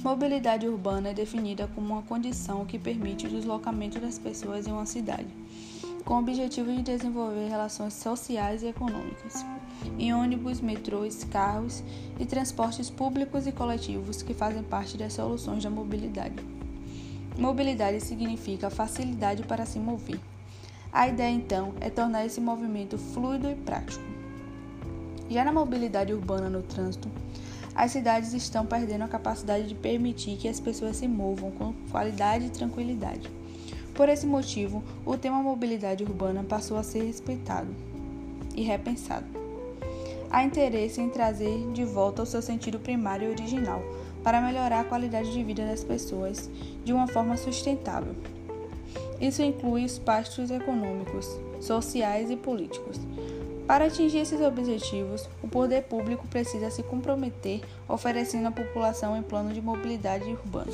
Mobilidade urbana é definida como uma condição que permite o deslocamento das pessoas em uma cidade, com o objetivo de desenvolver relações sociais e econômicas, em ônibus, metrôs, carros e transportes públicos e coletivos que fazem parte das soluções da mobilidade. Mobilidade significa facilidade para se mover. A ideia, então, é tornar esse movimento fluido e prático. Já na mobilidade urbana no trânsito, as cidades estão perdendo a capacidade de permitir que as pessoas se movam com qualidade e tranquilidade. Por esse motivo, o tema mobilidade urbana passou a ser respeitado e repensado. Há interesse em trazer de volta o seu sentido primário e original para melhorar a qualidade de vida das pessoas de uma forma sustentável. Isso inclui os pastos econômicos, sociais e políticos. Para atingir esses objetivos, o poder público precisa se comprometer oferecendo à população um plano de mobilidade urbana.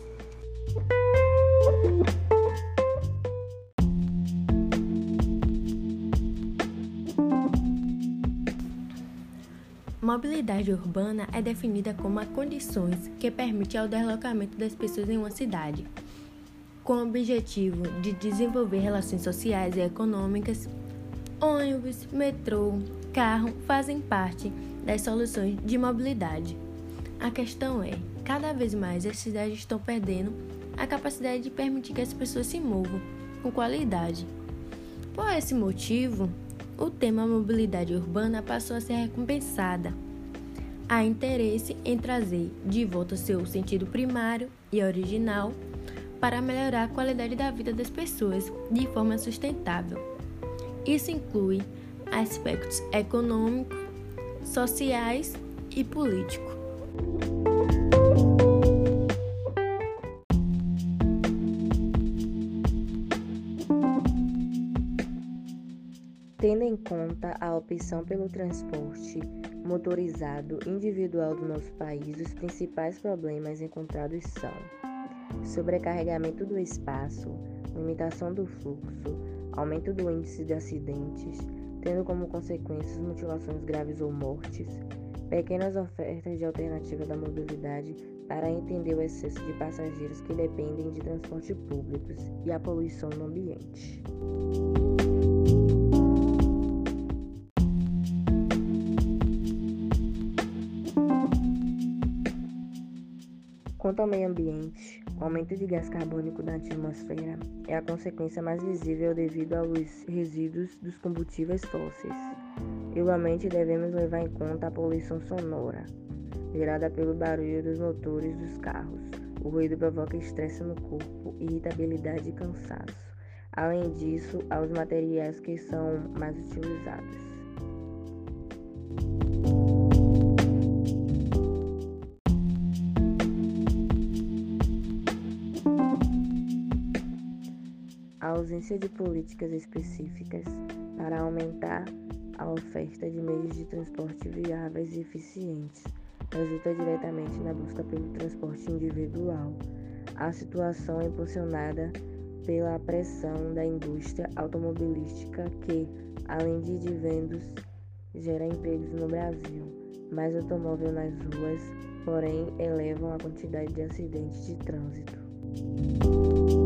Mobilidade urbana é definida como as condições que permitem o deslocamento das pessoas em uma cidade, com o objetivo de desenvolver relações sociais e econômicas. Ônibus, metrô, carro fazem parte das soluções de mobilidade. A questão é, cada vez mais as cidades estão perdendo a capacidade de permitir que as pessoas se movam com qualidade. Por esse motivo, o tema mobilidade urbana passou a ser recompensada. Há interesse em trazer de volta seu sentido primário e original para melhorar a qualidade da vida das pessoas de forma sustentável. Isso inclui aspectos econômicos, sociais e políticos. Tendo em conta a opção pelo transporte motorizado individual do nosso país, os principais problemas encontrados são sobrecarregamento do espaço, limitação do fluxo, aumento do índice de acidentes, tendo como consequências mutilações graves ou mortes, pequenas ofertas de alternativa da mobilidade para entender o excesso de passageiros que dependem de transportes públicos e a poluição no ambiente. Quanto ao meio ambiente, o aumento de gás carbônico na atmosfera é a consequência mais visível devido aos resíduos dos combustíveis fósseis. Igualmente, devemos levar em conta a poluição sonora, gerada pelo barulho dos motores dos carros. O ruído provoca estresse no corpo, irritabilidade e cansaço. Além disso, há os materiais que são mais utilizados. A ausência de políticas específicas para aumentar a oferta de meios de transporte viáveis e eficientes resulta diretamente na busca pelo transporte individual. A situação é impulsionada pela pressão da indústria automobilística que, além de dividendos, gera empregos no Brasil. Mais automóvel nas ruas, porém, elevam a quantidade de acidentes de trânsito.